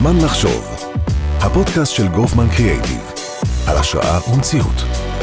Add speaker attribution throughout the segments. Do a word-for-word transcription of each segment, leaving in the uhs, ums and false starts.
Speaker 1: זמן לחשוב, הפודקאסט של גופמן קריאייטיב, על השראה ומציאות.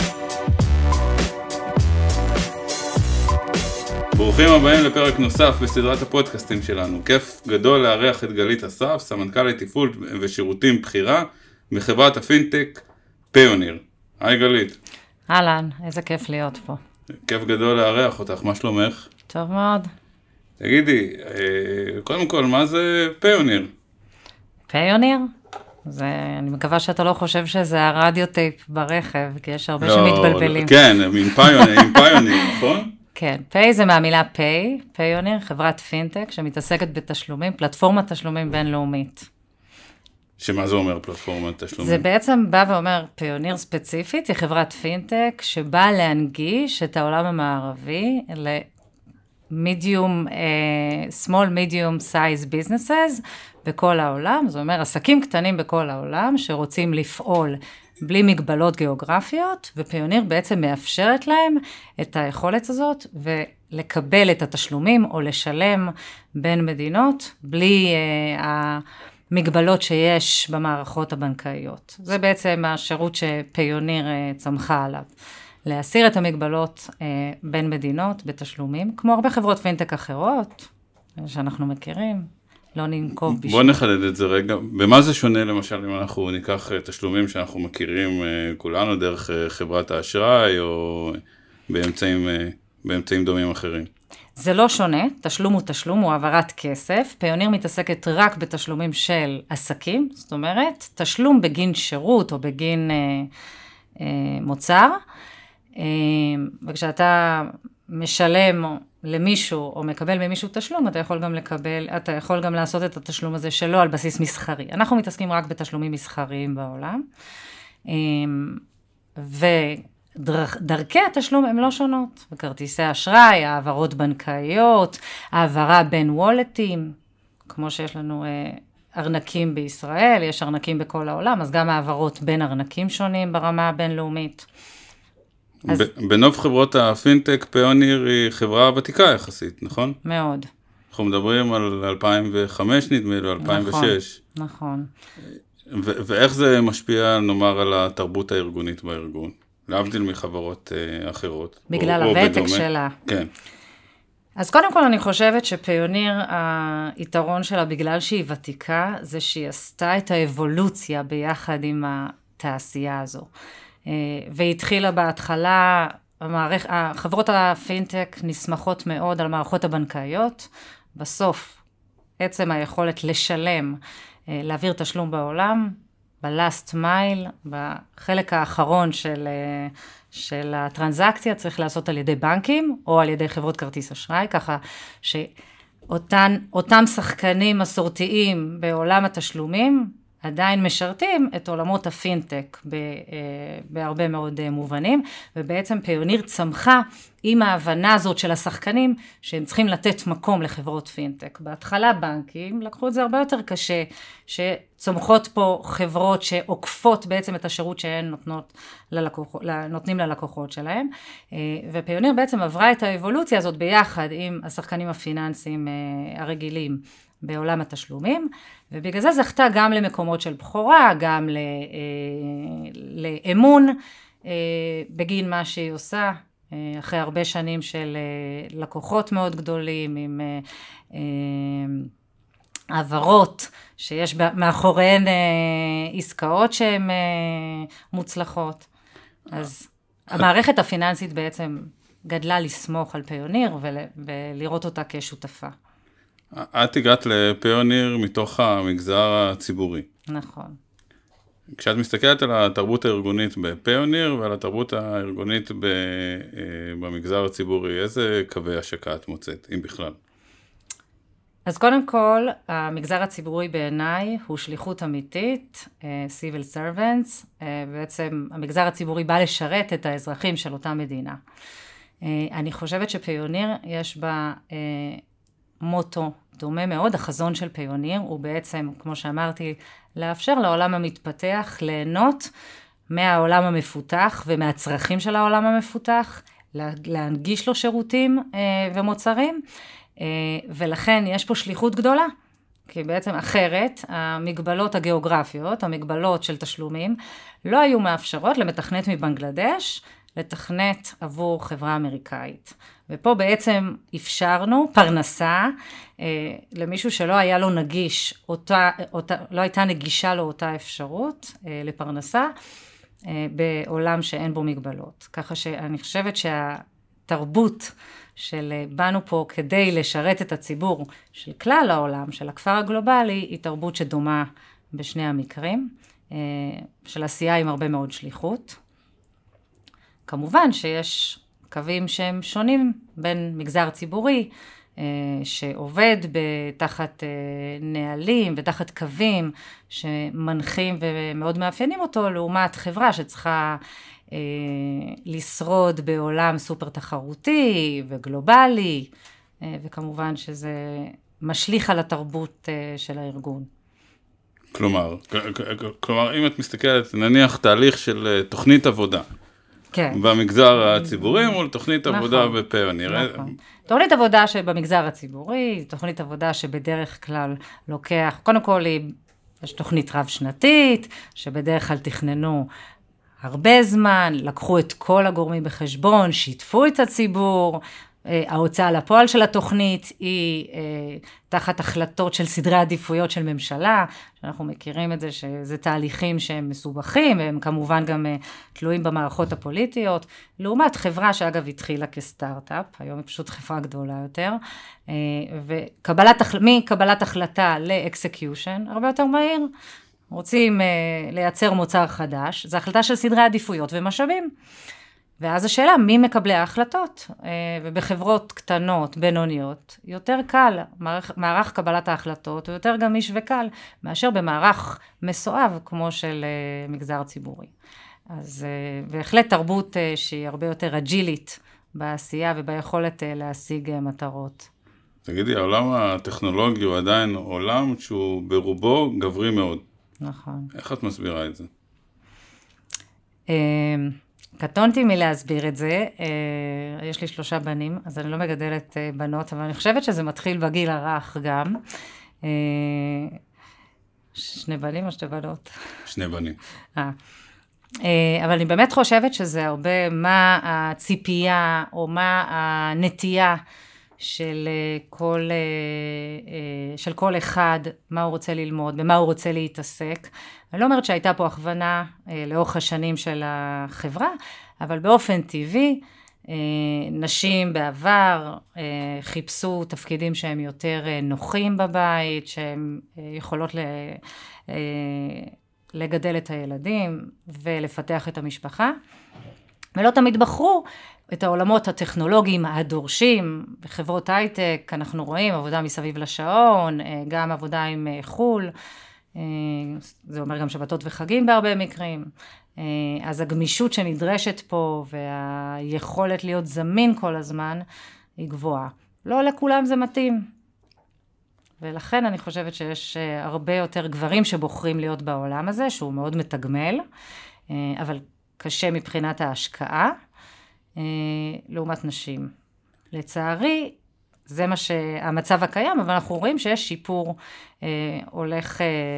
Speaker 2: ברוכים הבאים לפרק נוסף בסדרת הפודקאסטים שלנו. כיף גדול לארח את גלית אסף, סמנכ"לית תפעול ושירותים בחירה בחברת הפינטק פיוניר. היי גלית.
Speaker 3: אהלן, איזה כיף להיות פה.
Speaker 2: כיף גדול לארח אותך, מה שלומך?
Speaker 3: טוב מאוד.
Speaker 2: תגידי, קודם כל, מה זה פיוניר?
Speaker 3: פיוניר? זה, אני מקווה שאתה לא חושב שזה הרדיו טייפ ברכב, כי יש הרבה לא, שמתבלבלים.
Speaker 2: כן, עם פיוניר, עם פיוניר, נכון?
Speaker 3: כן, פיי זה מהמילה פיי, פיוניר, חברת פינטק שמתעסקת בתשלומים, פלטפורמת תשלומים בינלאומית.
Speaker 2: שמה זה אומר פלטפורמת תשלומים?
Speaker 3: זה בעצם בא ואומר, פיוניר ספציפית, היא חברת פינטק שבאה להנגיש את העולם המערבי ל-medium, uh, small medium size businesses בכל העולם, זאת אומרת, עסקים קטנים בכל העולם שרוצים לפעול בלי מגבלות גיאוגרפיות, ופיוניר בעצם מאפשרת להם את היכולת הזאת, ולקבל את התשלומים או לשלם בין מדינות, בלי uh, המגבלות שיש במערכות הבנקאיות. זה בעצם השירות שפיוניר uh, צמחה עליו. להסיר את המגבלות uh, בין מדינות בתשלומים, כמו הרבה חברות פינטק אחרות, שאנחנו מכירים. לא ננקוב בשביל.
Speaker 2: בוא נחדד את זה רגע. במה זה שונה למשל אם אנחנו ניקח תשלומים שאנחנו מכירים כולנו דרך חברת האשראי או באמצעים, באמצעים דומים אחרים?
Speaker 3: זה לא שונה, תשלום הוא תשלום, הוא העברת כסף. פיוניר מתעסקת רק בתשלומים של עסקים, זאת אומרת, תשלום בגין שירות או בגין אה, אה, מוצר. אה, וכשאתה משלם למישהו או מקבל ממישהו תשלום, אתה יכול גם לקבל, אתה יכול גם לעשות את התשלום הזה שלו על בסיס מסחרי. אנחנו מתעסקים רק בתשלומים מסחריים בעולם, ודרכי התשלום הן לא שונות. בכרטיסי אשראי, העברות בנקאיות, העברה בין וולטים, כמו שיש לנו ארנקים בישראל, יש ארנקים בכל העולם, אז גם העברות בין ארנקים שונים ברמה הבינלאומית.
Speaker 2: אז... בנוף חברות הפינטק, פיוניר היא חברה ותיקה יחסית, נכון?
Speaker 3: מאוד.
Speaker 2: אנחנו מדברים על אלפיים וחמש נדמה לי, אלפיים ושש.
Speaker 3: נכון, נכון.
Speaker 2: ו- ואיך זה משפיע, נאמר, על התרבות הארגונית בארגון? להבדיל מחברות אה, אחרות.
Speaker 3: בגלל
Speaker 2: או,
Speaker 3: הוותק
Speaker 2: או
Speaker 3: שלה.
Speaker 2: כן.
Speaker 3: אז קודם כל אני חושבת שפיוניר, היתרון שלה בגלל שהיא ותיקה, זה שהיא עשתה את האבולוציה ביחד עם התעשייה הזו. והתחילה בהתחלה, המערכ... חברות הפינטק נסמכות מאוד על מערכות הבנקאיות, בסוף עצם היכולת לשלם, להעביר תשלום בעולם, ב-last mile, בחלק האחרון של, של הטרנזקציה, צריך לעשות על ידי בנקים, או על ידי חברות כרטיס אשראי, ככה שאותן, אותם שחקנים מסורתיים בעולם התשלומים, עדיין משרתים את עולמות הפינטק בהרבה מאוד מובנים, ובעצם פיוניר צמחה עם ההבנה הזאת של השחקנים, שהם צריכים לתת מקום לחברות פינטק. בהתחלה בנקים לקחו את זה הרבה יותר קשה, שצומחות פה חברות שעוקפות בעצם את השירות שהן נותנות ללקוח, נותנים ללקוחות שלהם, ופיוניר בעצם עברה את האבולוציה הזאת ביחד עם השחקנים הפיננסיים הרגילים, בעולם התשלומים, ובגלל זה זכתה גם למקומות של בחורה, גם ל, אה, לאמון, אה, בגין מה שהיא עושה, אה, אחרי הרבה שנים של אה, לקוחות מאוד גדולים, עם אה, אה, עברות, שיש מאחוריהן אה, עסקאות שהן אה, מוצלחות. אז המערכת הפיננסית בעצם גדלה לסמוך על פיוניר, ול, ולראות אותה כשותפה.
Speaker 2: את הגעת לפיוניר מתוך המגזר הציבורי.
Speaker 3: נכון.
Speaker 2: כשאת מסתכלת על התרבות הארגונית בפיוניר ועל התרבות הארגונית במגזר הציבורי, איזה קווי השקה את מוצאת, אם בכלל?
Speaker 3: אז קודם כל, המגזר הציבורי בעיניי הוא שליחות אמיתית, civil servants, בעצם המגזר הציבורי בא לשרת את האזרחים של אותה מדינה. אני חושבת שפיוניר יש בה מוטו דומה מאוד. החזון של פיוניר הוא בעצם, כמו שאמרתי, לאפשר לעולם המתפתח ליהנות מהעולם המפותח ומהצרכים של העולם המפותח, להנגיש לו שירותים ומוצרים, ולכן יש פה שליחות גדולה, כי בעצם אחרת, המגבלות הגיאוגרפיות, המגבלות של תשלומים, לא היו מאפשרות למתכנת מבנגלדש, לתכנת עבור חברה אמריקאית. ופה בעצם אפשרנו פרנסה אה, למישהו שלא היה לו נגיש, אותה, אותה, לא הייתה נגישה לו אותה אפשרות אה, לפרנסה, אה, בעולם שאין בו מגבלות. ככה שאני חושבת שהתרבות של באנו פה כדי לשרת את הציבור של כלל העולם, של הכפר הגלובלי, היא תרבות שדומה בשני המקרים, אה, של עשייה עם הרבה מאוד שליחות. כמובן שיש קווים שהם שונים בין מגזר ציבורי, שעובד תחת נהלים ותחת קווים שמנחים ומאוד מאפיינים אותו, לעומת חברה שצריכה לשרוד בעולם סופר תחרותי וגלובלי, וכמובן שזה משליך על התרבות של הארגון.
Speaker 2: כלומר, כלומר, אם את מסתכלת, נניח תהליך של תוכנית עבודה,
Speaker 3: כן.
Speaker 2: במגזר הציבורי מול תוכנית נכון, עבודה בפיוניר.
Speaker 3: נכון. תוכנית עבודה שבמגזר הציבורי, תוכנית עבודה שבדרך כלל לוקח, קודם כל יש תוכנית רב שנתית, שבדרך כלל תכננו הרבה זמן, לקחו את כל הגורמים בחשבון, שיתפו את הציבור, ההוצאה לפועל של התוכנית היא תחת החלטות של סדרי עדיפויות של ממשלה, שאנחנו מכירים את זה שזה תהליכים שהם מסובכים, והם כמובן גם תלויים במערכות הפוליטיות, לעומת חברה שאגב התחילה כסטארט-אפ, היום היא פשוט חברה גדולה יותר, וקבלת, מקבלת החלטה לאקסקיושן, הרבה יותר מהיר, רוצים לייצר מוצר חדש, זו החלטה של סדרי עדיפויות ומשאבים, ואז השאלה, מי מקבלי ההחלטות? ובחברות קטנות, בינוניות, יותר קל, מערך, מערך קבלת ההחלטות, הוא יותר גמיש וקל, מאשר במערך מסואב, כמו של מגזר ציבורי. אז בהחלט תרבות שהיא הרבה יותר אג'ילית בעשייה, וביכולת להשיג מטרות.
Speaker 2: תגידי, העולם הטכנולוגי הוא עדיין עולם שהוא ברובו גברי מאוד.
Speaker 3: נכון.
Speaker 2: איך את מסבירה את זה?
Speaker 3: קטונתי מלהסביר את זה, יש לי שלושה בנים, אז אני לא מגדלת בנות, אבל אני חושבת שזה מתחיל בגיל הרך גם. שני בנים או שתי בנות?
Speaker 2: שני בנים.
Speaker 3: אבל אני באמת חושבת שזה הרבה מה הציפייה, או מה הנטייה של כל, של כל אחד, מה הוא רוצה ללמוד, במה הוא רוצה להתעסק. אני לא אומרת שהייתה פה הכוונה לאורך השנים של החברה, אבל באופן טבעי, נשים בעבר חיפשו תפקידים שהם יותר נוחים בבית, שהם יכולות לגדל את הילדים ולפתח את המשפחה, ולא תמיד בחרו את העולמות הטכנולוגיים הדורשים, בחברות הייטק אנחנו רואים עבודה מסביב לשעון, גם עבודה עם חול, זה אומר גם שבתות וחגים בהרבה מקרים, אז הגמישות שנדרשת פה והיכולת להיות זמין כל הזמן היא גבוהה. לא לכולם זה מתאים, ולכן אני חושבת שיש הרבה יותר גברים שבוחרים להיות בעולם הזה, שהוא מאוד מתגמל, אבל קשה מבחינת ההשקעה, לעומת נשים. לצערי, זה מה שהמצב הקיים, אבל אנחנו רואים שיש שיפור הולך,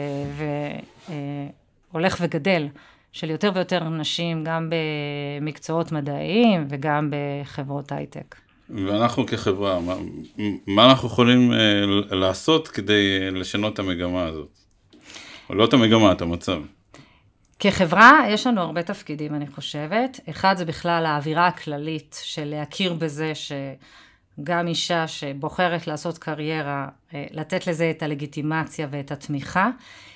Speaker 3: הולך וגדל של יותר ויותר נשים, גם במקצועות מדעיים וגם בחברות הייטק.
Speaker 2: ואנחנו כחברה, מה, מה אנחנו יכולים לעשות כדי לשנות את המגמה הזאת? או לא את המגמה, את המצב.
Speaker 3: כחברה יש לנו הרבה תפקידים, אני חושבת. אחד זה בכלל האווירה הכללית של להכיר בזה שגם אישה שבוחרת לעשות קריירה, לתת לזה את הלגיטימציה ואת התמיכה,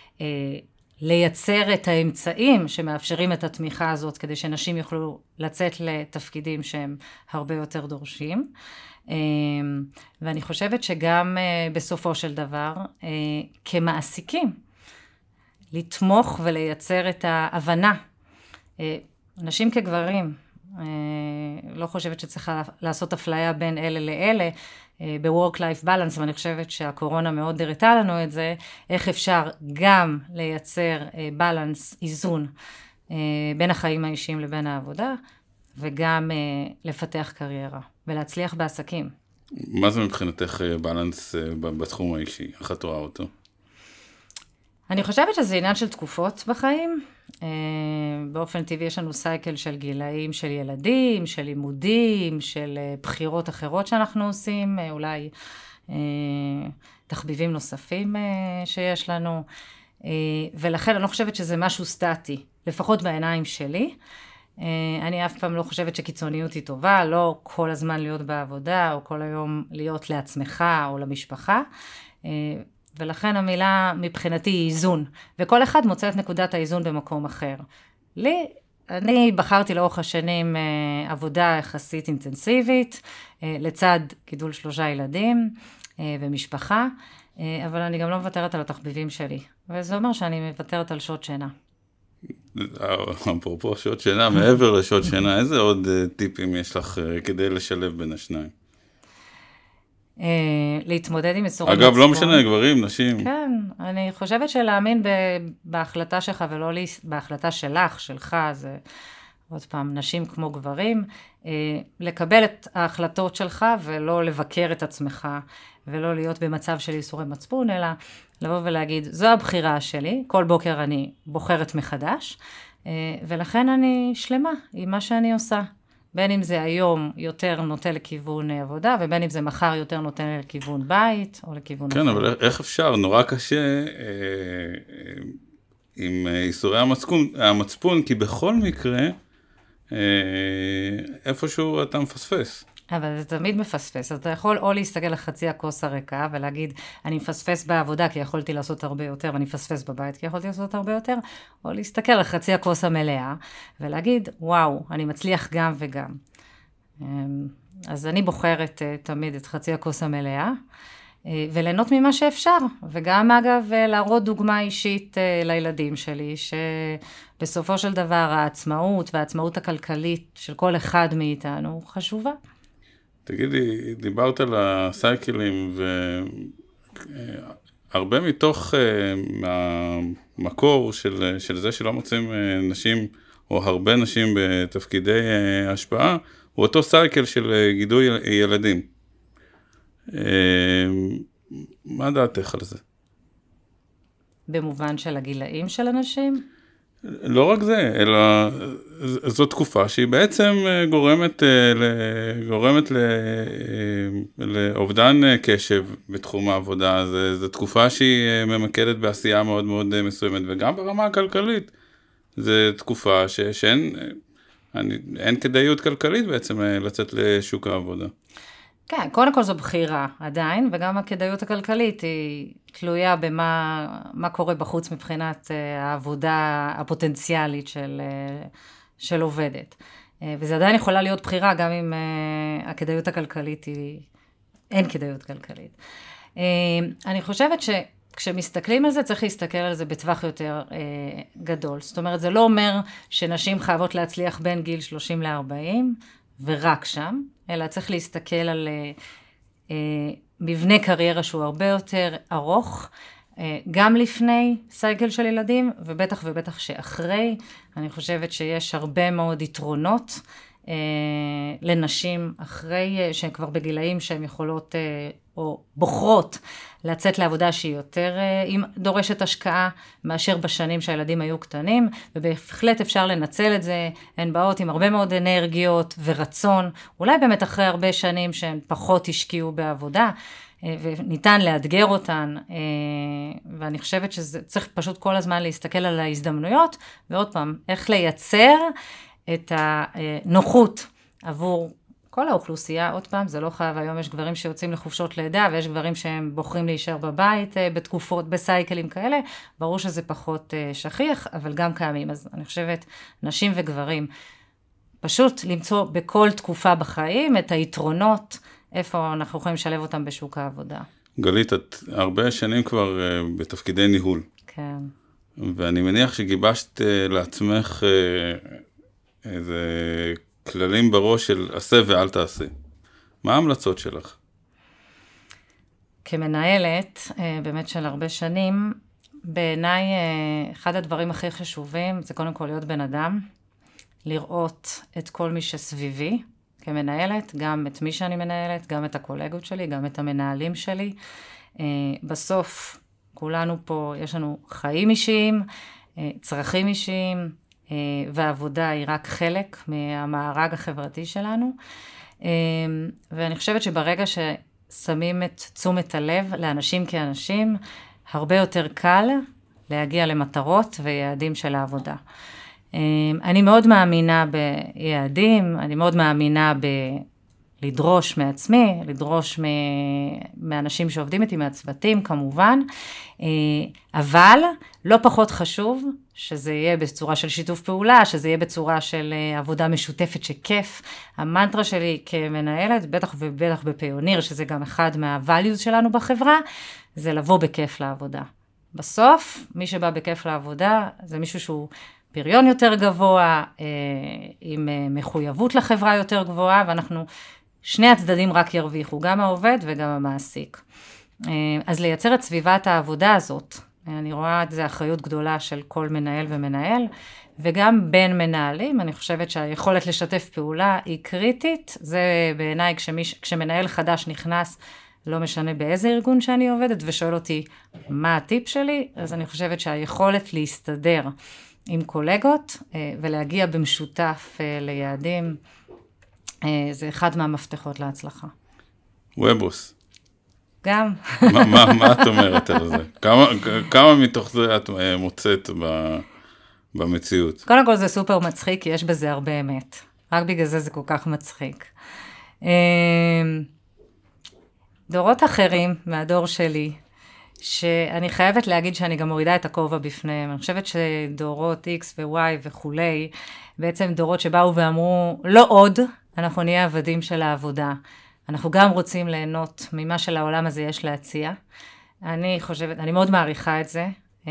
Speaker 3: לייצר את האמצעים שמאפשרים את התמיכה הזאת, כדי שנשים יוכלו לצאת לתפקידים שהם הרבה יותר דורשים. ואני חושבת שגם בסופו של דבר, כמעסיקים, לתמוך ולייצר את ההבנה. נשים כגברים, לא חושבת שצריכה לעשות אפליה בין אלה לאלה, ב-work-life balance, ואני חושבת שהקורונה מאוד הראתה לנו את זה, איך אפשר גם לייצר balance, איזון, בין החיים האישיים לבין העבודה, וגם לפתח קריירה, ולהצליח בעסקים.
Speaker 2: מה זה מבחינתך balance בתחום האישי? איך את רואה אותו?
Speaker 3: אני חושבת שזה עניין של תקופות בחיים. באופן טבעי יש לנו סייקל של גילאים של ילדים, של לימודים, של בחירות אחרות שאנחנו עושים, אולי תחביבים נוספים שיש לנו, ולכן אני לא חושבת שזה משהו סטטי, לפחות בעיניים שלי. אני אף פעם לא חושבת שקיצוניות היא טובה, לא כל הזמן להיות בעבודה, או כל היום להיות לעצמך או למשפחה, ולכן המילה מבחינתי היא איזון, וכל אחד מוצא את נקודת האיזון במקום אחר. לי, אני בחרתי לאורך השנים עבודה יחסית אינטנסיבית, לצד גידול שלושה ילדים ומשפחה, אבל אני גם לא מוותרת על התחביבים שלי, וזה אומר שאני מוותרת על שעות שינה.
Speaker 2: אפרופו שעות שינה, מעבר לשעות שינה, איזה עוד טיפים יש לך כדי לשלב בין השניים?
Speaker 3: להתמודד עם מסורים מצפון.
Speaker 2: אגב, לא משנה, גברים, נשים.
Speaker 3: כן, אני חושבת שלהאמין בהחלטה שלך ולא בהחלטה שלך, שלך, זה עוד פעם, נשים כמו גברים, לקבל את ההחלטות שלך ולא לבקר את עצמך, ולא להיות במצב של איסורי מצפון, אלא לבוא ולהגיד, זו הבחירה שלי, כל בוקר אני בוחרת מחדש, ולכן אני שלמה עם מה שאני עושה. בין אם זה היום יותר נוטה לכיוון עבודה, ובין אם זה מחר יותר נוטה לכיוון בית, או לכיוון...
Speaker 2: כן, אבל איך אפשר? נורא קשה עם איסורי המצפון, המצפון, כי בכל מקרה, איפשהו אתה מפספס.
Speaker 3: אבל זה תמיד מפספס, אז אתה יכול או להסתכל לחצי הכוס הריקה, ולהגיד, אני מפספס בעבודה כי יכולתי לעשות הרבה יותר, ואני מפספס בבית כי יכולתי לעשות הרבה יותר, או להסתכל לחצי הכוס המלאה, ולהגיד, וואו, אני מצליח גם וגם. אז אני בוחרת תמיד את חצי הכוס המלאה, וליהנות ממה שאפשר, וגם אגב להראות דוגמה אישית לילדים שלי, שבסופו של דבר העצמאות והעצמאות הכלכלית של כל אחד מאיתנו חשובה.
Speaker 2: תגידי, דיברת על הסייקלים, והרבה מתוך מהמקור של, של זה שלא מוצאים נשים, או הרבה נשים בתפקידי השפעה, הוא אותו סייקל של גידול ילדים. מה דעתך על זה?
Speaker 3: במובן של הגילאים של אנשים?
Speaker 2: לא רק זה, אלא זו תקופה שהיא בעצם גורמת, גורמת לאובדן קשב בתחום העבודה. זו תקופה שהיא ממקדת בעשייה מאוד מאוד מסוימת, וגם ברמה הכלכלית. זו תקופה ש, שאין אני, אין כדאיות כלכלית בעצם לצאת לשוק העבודה.
Speaker 3: כן, קודם כל זו בחירה עדיין, וגם הכדאיות הכלכלית היא תלויה במה מה קורה בחוץ מבחינת העבודה הפוטנציאלית של, של עובדת. וזה עדיין יכולה להיות בחירה, גם אם הכדאיות הכלכלית היא, אין כדאיות כלכלית. אני חושבת שכשמסתכלים על זה, צריך להסתכל על זה בטווח יותר גדול. זאת אומרת, זה לא אומר שנשים חייבות להצליח בין גיל שלושים לארבעים, ורק שם, אלא צריך להסתכל על אה, מבנה קריירה שהוא הרבה יותר ארוך, אה, גם לפני סייקל של ילדים, ובטח ובטח שאחרי, אני חושבת שיש הרבה מאוד יתרונות אה, לנשים אחרי, אה, שהן כבר בגילאים שהן יכולות אה, או בוחרות לצאת לעבודה שהיא יותר אה, דורשת השקעה, מאשר בשנים שהילדים היו קטנים, ובהחלט אפשר לנצל את זה, הן באות עם הרבה מאוד אנרגיות ורצון, אולי באמת אחרי הרבה שנים שהן פחות השקיעו בעבודה, אה, וניתן לאתגר אותן, אה, ואני חושבת שזה צריך פשוט כל הזמן להסתכל על ההזדמנויות, ועוד פעם, איך לייצר את הנוחות עבור כל האוכלוסייה. עוד פעם, זה לא חייב, היום יש גברים שיוצאים לחופשות לידה, ויש גברים שהם בוחרים להישאר בבית בתקופות, בסייקלים כאלה, ברור שזה פחות שכיח, אבל גם קיימים. אז אני חושבת, נשים וגברים, פשוט למצוא בכל תקופה בחיים את היתרונות, איפה אנחנו יכולים לשלב אותם בשוק העבודה.
Speaker 2: גלית, את הרבה שנים כבר בתפקידי ניהול.
Speaker 3: כן.
Speaker 2: ואני מניח שגיבשת לעצמך איזה כללים בראש של עשה ואל תעשה. מה ההמלצות שלך?
Speaker 3: כמנהלת, באמת של הרבה שנים, בעיניי אחד הדברים הכי חשובים זה קודם כל להיות בן אדם, לראות את כל מי שסביבי כמנהלת, גם את מי שאני מנהלת, גם את הקולגות שלי, גם את המנהלים שלי. בסוף כולנו פה, יש לנו חיים אישיים, צרכים אישיים, והעבודה היא רק חלק מהמארג החברתי שלנו. ואני חושבת שברגע ששמים את תשומת הלב לאנשים כאנשים, הרבה יותר קל להגיע למטרות ויעדים של העבודה. אני מאוד מאמינה ביעדים, אני מאוד מאמינה בלדרוש מעצמי, לדרוש מאנשים שעובדים איתי, מהצוותים כמובן, אבל לא פחות חשוב שזה יהיה בצורה של שיתוף פעולה, שזה יהיה בצורה של עבודה משותפת שכיף. המנטרה שלי כמנהלת, בטח ובטח בפיוניר, שזה גם אחד מה-values שלנו בחברה, זה לבוא בכיף לעבודה. בסוף, מי שבא בכיף לעבודה, זה מישהו שהוא פריון יותר גבוה, עם מחויבות לחברה יותר גבוהה, ואנחנו, שני הצדדים רק ירוויחו, גם העובד וגם המעסיק. אז לייצר את סביבת העבודה הזאת, אני רואה את זה אחריות גדולה של כל מנהל ומנהל, וגם בין מנהלים, אני חושבת שהיכולת לשתף פעולה היא קריטית, זה בעיניי כשמיש, כשמנהל חדש נכנס, לא משנה באיזה ארגון שאני עובדת, ושואל אותי מה הטיפ שלי, אז אני חושבת שהיכולת להסתדר עם קולגות, ולהגיע במשותף ליעדים, זה אחד מהמפתחות להצלחה.
Speaker 2: וובוס.
Speaker 3: גם.
Speaker 2: מה, מה, מה את אומרת על זה? כמה, כמה מתוך זה את מוצאת ב, במציאות?
Speaker 3: קודם כל זה סופר מצחיק, כי יש בזה הרבה אמת. רק בגלל זה זה כל כך מצחיק. דורות אחרים מהדור שלי, שאני חייבת להגיד שאני גם מורידה את הכובע בפניהם. אני חושבת שדורות X ו-Y וכולי, בעצם דורות שבאו ואמרו, לא עוד, אנחנו נהיה עבדים של העבודה. אנחנו גם רוצים ליהנות ממה של העולם הזה יש להציע. אני חושבת, אני מאוד מעריכה את זה,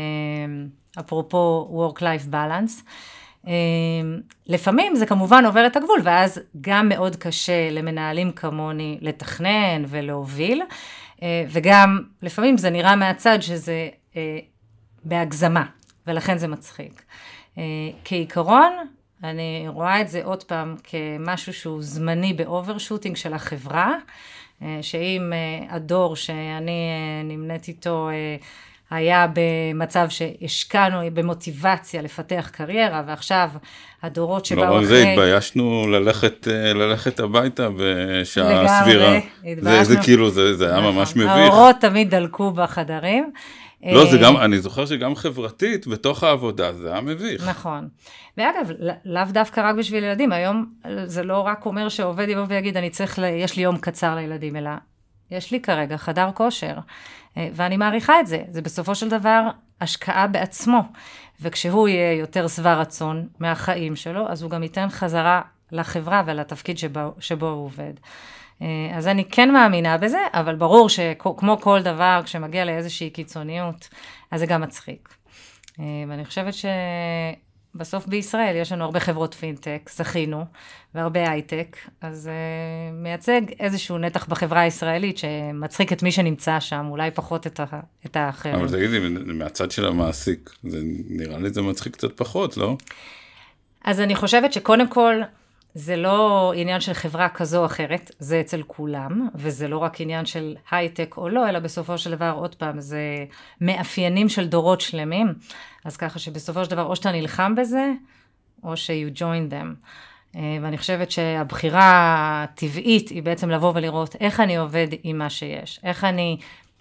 Speaker 3: אפרופו work-life balance. לפעמים זה כמובן עובר את הגבול, ואז גם מאוד קשה למנהלים כמוני לתכנן ולהוביל, וגם לפעמים זה נראה מהצד שזה בהגזמה, ולכן זה מצחיק. כעיקרון, אני רואה את זה עוד פעם כמשהו שהוא זמני באוברשוטינג של החברה, שאם הדור שאני נמנית איתו היה במצב שהשקענו במוטיבציה לפתח קריירה, ועכשיו הדורות שבאו אחרי...
Speaker 2: לא, זה התביישנו ללכת, ללכת הביתה בשעה סבירה. זה, זה כאילו, זה, זה היה ממש מביך.
Speaker 3: האורות תמיד דלקו בחדרים.
Speaker 2: לא, זה גם, אני זוכר שגם חברתית, בתוך העבודה, זה היה מביך.
Speaker 3: נכון. ואגב, לאו דווקא רק בשביל ילדים, היום זה לא רק אומר שעובד יבוא ויגיד, אני צריך, יש לי יום קצר לילדים, אלא יש לי כרגע חדר כושר, ואני מעריכה את זה. זה בסופו של דבר השקעה בעצמו, וכשהוא יהיה יותר שבע רצון מהחיים שלו, אז הוא גם ייתן חזרה לחברה ולתפקיד שבו, שבו הוא עובד. אז אני כן מאמינה בזה, אבל ברור שכמו כל דבר, כשמגיע לאיזושהי קיצוניות, אז זה גם מצחיק. ואני חושבת שבסוף בישראל יש לנו הרבה חברות פינטק, זכינו, והרבה הייטק, אז מייצג איזשהו נתח בחברה הישראלית, שמצחיק את מי שנמצא שם, אולי פחות את, את האחרים.
Speaker 2: אבל תגידי, מהצד של המעסיק, זה נראה לי זה מצחיק קצת פחות, לא?
Speaker 3: אז אני חושבת שקודם כל, זה לא עניין של חברה כזו או אחרת, זה אצל כולם, וזה לא רק עניין של הייטק או לא, אלא בסופו של דבר, עוד פעם, זה מאפיינים של דורות שלמים, אז ככה שבסופו של דבר, או שאתה נלחם בזה, או ש-you join them. ואני חושבת שהבחירה הטבעית היא בעצם לבוא ולראות איך אני עובד עם מה שיש, איך אני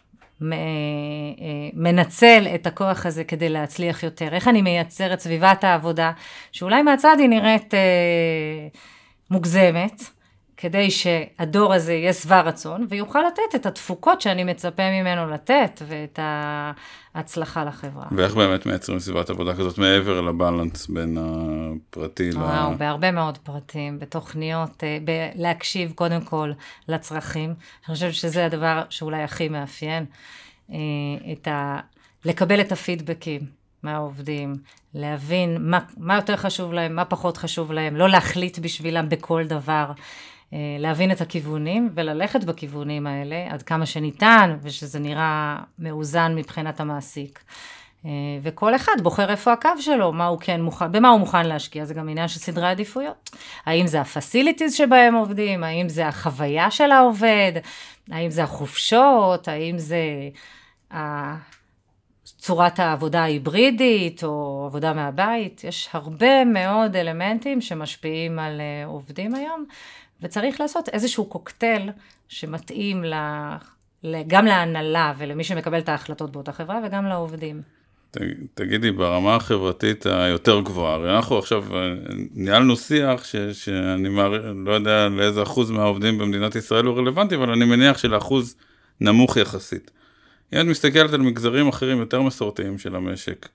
Speaker 3: מנצל את הכוח הזה כדי להצליח יותר, איך אני מייצר את סביבת העבודה, שאולי מהצד היא נראית מוגזמת, כדי שהדור הזה יהיה שבע רצון, ויוכל לתת את התפוקות שאני מצפה ממנו לתת, ואת ההצלחה לחברה.
Speaker 2: ואיך באמת מייצרים סביבת עבודה כזאת, מעבר לבלנס בין הפרטי ל...
Speaker 3: וואו, בהרבה מאוד פרטים, בתוכניות, להקשיב קודם כל לצרכים. אני חושבת שזה הדבר שאולי הכי מאפיין, את ה... לקבל את הפידבקים מהעובדים, להבין מה, מה יותר חשוב להם, מה פחות חשוב להם, לא להחליט בשבילם בכל דבר, להבין את הכיוונים וללכת בכיוונים האלה עד כמה שניתן, ושזה נראה מאוזן מבחינת המעסיק. וכל אחד בוחר איפה הקו שלו, מה הוא כן מוכן, במה הוא מוכן להשקיע, זה גם עניין של סדרי עדיפויות. האם זה הפסיליטיז שבהם עובדים, האם זה החוויה של העובד, האם זה החופשות, האם זה צורת העבודה ההיברידית, או עבודה מהבית, יש הרבה מאוד אלמנטים שמשפיעים על עובדים היום, וצריך לעשות איזשהו קוקטייל שמתאים גם להנהלה ולמי שמקבל את ההחלטות באותה חברה, וגם לעובדים.
Speaker 2: תגידי, ברמה החברתית היותר גבוהה, הרי אנחנו עכשיו ניהלנו שיח ש, שאני לא יודע לאיזה אחוז מהעובדים במדינת ישראל הוא רלוונטי, אבל אני מניח שלאחוז נמוך יחסית. אם את מסתכלת על מגזרים אחרים יותר מסורתיים של המשק,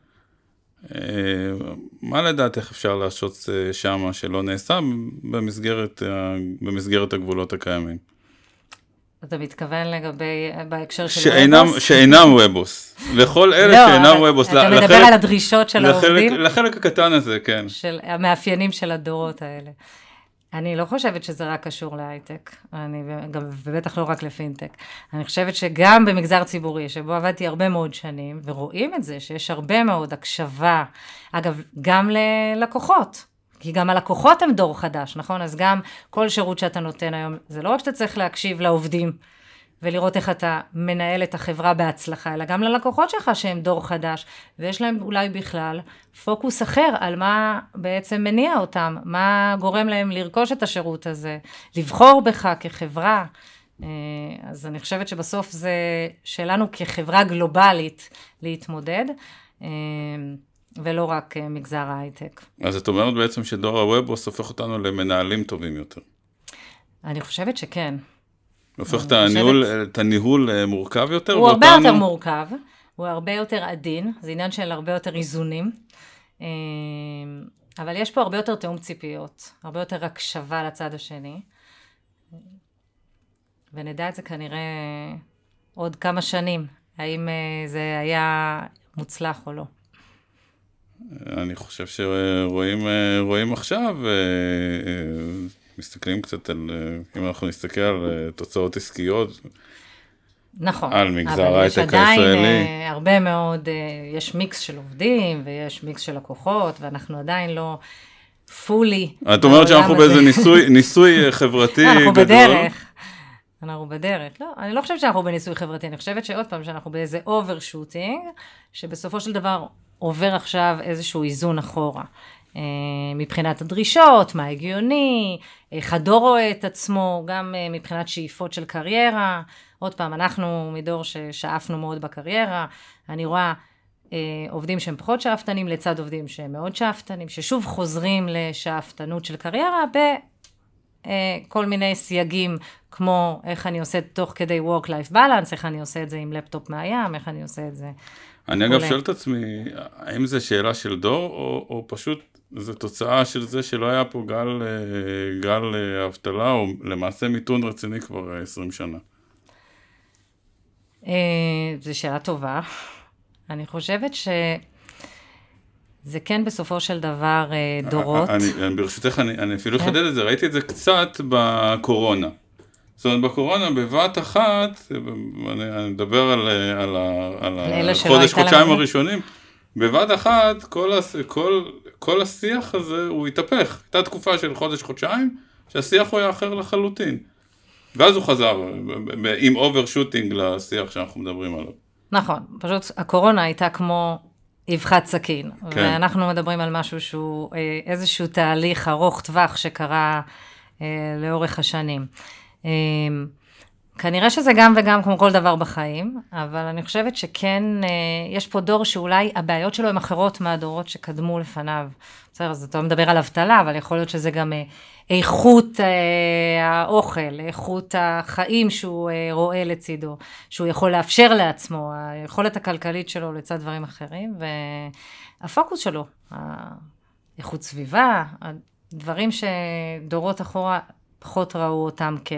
Speaker 2: מה לדעת איך אפשר לעשות שמה שלא נעשה במסגרת, במסגרת הגבולות הקיימים?
Speaker 3: אתה מתכוון לגבי, בהקשר של
Speaker 2: שאינם, וובוס? שאינם וובוס. לכל אלה
Speaker 3: לא,
Speaker 2: שאינם וובוס.
Speaker 3: אתה
Speaker 2: לחלק,
Speaker 3: מדבר על הדרישות של
Speaker 2: לחלק,
Speaker 3: העובדים?
Speaker 2: לחלק הקטן הזה, כן.
Speaker 3: של המאפיינים של הדורות האלה. אני לא חושבת שזה רק קשור להייטק, אני גם, ובטח לא רק לפינטק. אני חושבת שגם במגזר ציבורי, שבו עבדתי הרבה מאוד שנים, ורואים את זה, שיש הרבה מאוד הקשבה, אגב, גם ללקוחות, כי גם הלקוחות הם דור חדש, נכון? אז גם כל שירות שאתה נותן היום, זה לא רק שאתה צריך להקשיב לעובדים, ולראות איך אתה מנהל את החברה בהצלחה, אלא גם ללקוחות שלך שהם דור חדש, ויש להם אולי בכלל פוקוס אחר על מה בעצם מניע אותם, מה גורם להם לרכוש את השירות הזה, לבחור בך כחברה. אז אני חושבת שבסוף זה שלנו כחברה גלובלית להתמודד, ולא רק מגזר ההייטק.
Speaker 2: אז את אומרת בעצם שדור הוובוס הופך אותנו למנהלים טובים יותר.
Speaker 3: אני חושבת שכן.
Speaker 2: הופך את הניהול, את הניהול מורכב יותר?
Speaker 3: הוא הרבה יותר מורכב, הוא הרבה יותר עדין, זה עניין של הרבה יותר איזונים, אבל יש פה הרבה יותר תאום ציפיות, הרבה יותר הקשבה לצד השני, ונדע את זה כנראה עוד כמה שנים, האם זה היה מוצלח או לא.
Speaker 2: אני חושב שרואים רואים עכשיו, מסתכלים קצת על, אם אנחנו נסתכל על תוצאות עסקיות,
Speaker 3: נכון,
Speaker 2: על מגזר ההייטק הישראלי.
Speaker 3: אבל יש עדיין הרבה מאוד, יש מיקס של עובדים, ויש מיקס של לקוחות, ואנחנו עדיין לא פולי.
Speaker 2: את אומרת שאנחנו באיזה ניסוי, ניסוי חברתי גדול.
Speaker 3: אנחנו בדרך. אנחנו בדרך. לא, אני לא חושבת שאנחנו בניסוי חברתי, אני חושבת שעוד פעם שאנחנו באיזה אוברשוטינג, שבסופו של דבר עובר עכשיו איזשהו איזון אחורה. מבחינת הדרישות, מה הגיוני, איך הדור רואה את עצמו, גם מבחינת שאיפות של קריירה. עוד פעם, אנחנו מדור ששאפנו מאוד בקריירה, אני רואה עובדים שהם פחות שאפתנים לצד עובדים שהם מאוד שאפתנים, ששוב חוזרים לשאפתנות של קריירה בכל מיני סייגים, כמו איך אני עושה תוך כדי work-life balance, איך אני עושה את זה עם לפטופ מהים, איך אני עושה את זה.
Speaker 2: אני אגב שואל את עצמי, האם זה שאלה של דור, או, או פשוט זו תוצאה של זה שלא היה פה גל, גל אבטלה, או למעשה מיתון רציני כבר עשרים שנה?
Speaker 3: זו שאלה טובה. אני חושבת שזה כן בסופו של דבר דורות.
Speaker 2: אני, ברשותך, אני, אני אפילו חדד את זה, ראיתי את זה קצת בקורונה. זאת אומרת, בקורונה בבת אחת, אני מדבר על, על, על, על החודש, חודשיים הראשונים, בבת אחת, כל, כל, כל השיח הזה הוא התהפך. הייתה תקופה של חודש, חודשיים, שהשיח הוא היה אחר לחלוטין. ואז הוא חזר עם אוברשוטינג לשיח שאנחנו מדברים עליו.
Speaker 3: נכון, פשוט הקורונה הייתה כמו אבחת סכין, כן. ואנחנו מדברים על משהו שהוא איזשהו תהליך ארוך טווח שקרה לאורך השנים. כנראה שזה גם וגם כמו כל דבר בחיים, אבל אני חושבת שכן, יש פה דור שאולי הבעיות שלו הן אחרות מהדורות שקדמו לפניו. בסדר, אז אתה מדבר על אבטלה, אבל יכול להיות שזה גם איכות האוכל, איכות החיים שהוא רואה לצידו, שהוא יכול לאפשר לעצמו, היכולת הכלכלית שלו לצד דברים אחרים, והפוקוס שלו, איכות סביבה, הדברים שדורות אחורה פחות ראו אותם כ...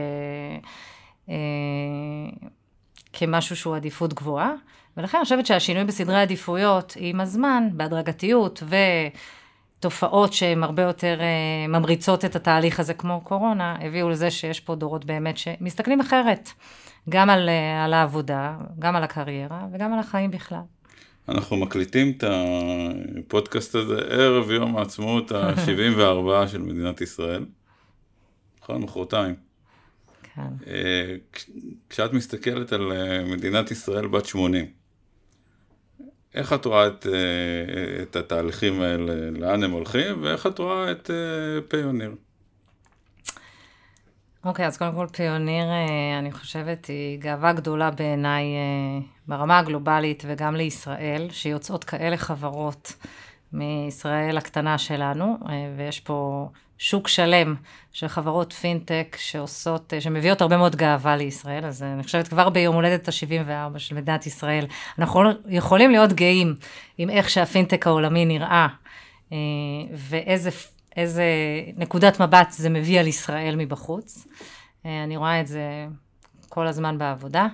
Speaker 3: כמשהו שהוא עדיפות גבוהה, ולכן אני חושבת שהשינוי בסדרי עדיפויות עם הזמן, בהדרגתיות ותופעות שהן הרבה יותר ממריצות את התהליך הזה כמו קורונה, הביאו לזה שיש פה דורות באמת שמסתכלים אחרת, גם על, על העבודה, גם על הקריירה וגם על החיים בכלל.
Speaker 2: אנחנו מקליטים את הפודקאסט הזה ערב יום העצמאות ה-שבעים וארבע של מדינת ישראל. נכון, מחרתיים. כן. כשאת מסתכלת על מדינת ישראל בת שמונים, איך את רואה את, את התהליכים האלה, לאן הם הולכים, ואיך את רואה את פיוניר?
Speaker 3: אוקיי, אז קודם כל פיוניר, אני חושבת, היא גאווה גדולה בעיניי ברמה הגלובלית וגם לישראל, שיוצאות כאלה חברות מישראל הקטנה שלנו, ויש פה שוק שלם של חברות פינטק שעושות, שמביאות הרבה מאוד גאווה לישראל, אז אני חושבת כבר ביום הולדת ה-שבעים וארבע של מדינת ישראל, אנחנו יכולים להיות גאים עם איך שהפינטק העולמי נראה, ואיזה איזה נקודת מבט זה מביא על ישראל מבחוץ. אני רואה את זה כל הזמן בעבודה.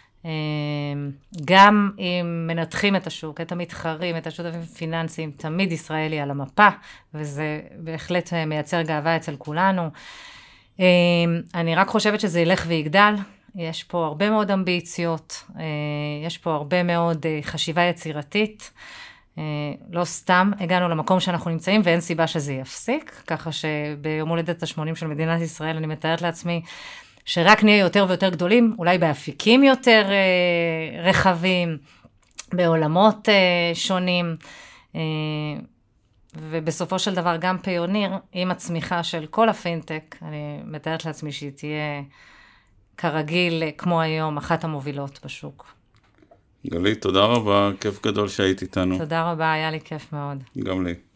Speaker 3: גם אם מנתחים את השוק, את המתחרים, את השותפים פיננסיים, תמיד ישראלי על המפה, וזה בהחלט מייצר גאווה אצל כולנו. אני רק חושבת שזה ילך ויגדל, יש פה הרבה מאוד אמביציות, יש פה הרבה מאוד חשיבה יצירתית, לא סתם הגענו למקום שאנחנו נמצאים, ואין סיבה שזה יפסיק, ככה שביום הולדת ה-שמונים של מדינת ישראל, אני מתארת לעצמי, שרק נהיה יותר ויותר גדולים, אולי באפיקים יותר אה, רחבים, בעולמות אה, שונים, אה, ובסופו של דבר גם פיוניר, עם הצמיחה של כל הפינטק, אני מתארת לעצמי שהיא תהיה כרגיל, כמו היום, אחת המובילות בשוק.
Speaker 2: גלית, תודה רבה, כיף גדול שהיית איתנו.
Speaker 3: תודה רבה, היה לי כיף מאוד.
Speaker 2: גם לי.